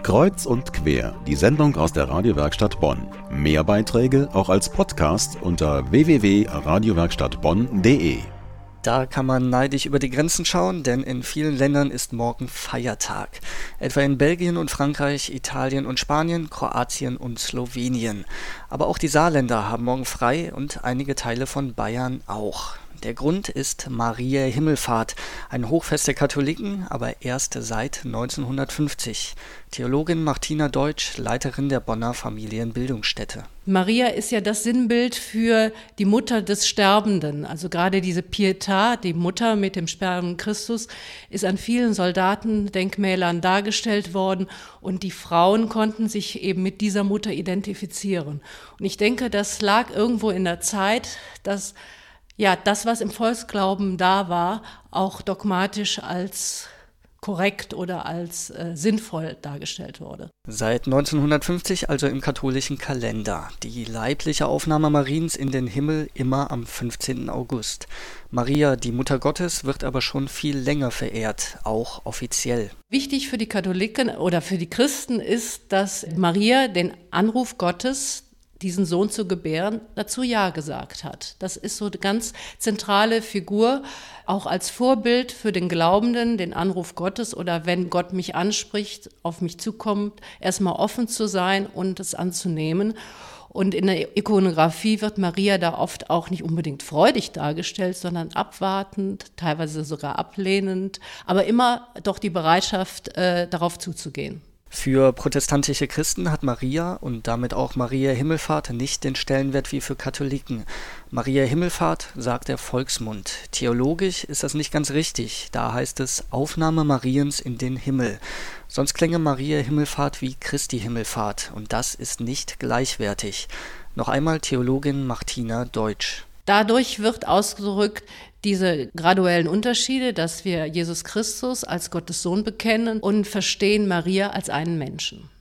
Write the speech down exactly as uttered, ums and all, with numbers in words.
Kreuz und quer, die Sendung aus der Radiowerkstatt Bonn. Mehr Beiträge auch als Podcast unter w w w punkt radiowerkstattbonn punkt d e. Da kann man neidisch über die Grenzen schauen, denn in vielen Ländern ist morgen Feiertag. Etwa in Belgien und Frankreich, Italien und Spanien, Kroatien und Slowenien. Aber auch die Saarländer haben morgen frei und einige Teile von Bayern auch. Der Grund ist Mariä Himmelfahrt, ein Hochfest der Katholiken, aber erst seit neunzehnhundertfünfzig. Theologin Martina Deutsch, Leiterin der Bonner Familienbildungsstätte. Maria ist ja das Sinnbild für die Mutter des Sterbenden. Also gerade diese Pietà, die Mutter mit dem sterbenden Christus, ist an vielen Soldatendenkmälern dargestellt worden. Und die Frauen konnten sich eben mit dieser Mutter identifizieren. Und ich denke, das lag irgendwo in der Zeit, dass ja, das, was im Volksglauben da war, auch dogmatisch als korrekt oder als äh, sinnvoll dargestellt wurde. Seit neunzehnhundertfünfzig also im katholischen Kalender. Die leibliche Aufnahme Mariens in den Himmel immer am fünfzehnten August. Maria, die Mutter Gottes, wird aber schon viel länger verehrt, auch offiziell. Wichtig für die Katholiken oder für die Christen ist, dass Maria den Anruf Gottes, diesen Sohn zu gebären, dazu Ja gesagt hat. Das ist so eine ganz zentrale Figur, auch als Vorbild für den Glaubenden, den Anruf Gottes oder wenn Gott mich anspricht, auf mich zukommt, erstmal offen zu sein und es anzunehmen. Und in der Ikonografie wird Maria da oft auch nicht unbedingt freudig dargestellt, sondern abwartend, teilweise sogar ablehnend, aber immer doch die Bereitschaft, äh, darauf zuzugehen. Für protestantische Christen hat Maria und damit auch Mariä Himmelfahrt nicht den Stellenwert wie für Katholiken. Mariä Himmelfahrt sagt der Volksmund. Theologisch ist das nicht ganz richtig. Da heißt es Aufnahme Mariens in den Himmel. Sonst klänge Mariä Himmelfahrt wie Christi Himmelfahrt und das ist nicht gleichwertig. Noch einmal Theologin Martina Deutsch. Dadurch wird ausgedrückt, diese graduellen Unterschiede, dass wir Jesus Christus als Gottes Sohn bekennen und verstehen Maria als einen Menschen.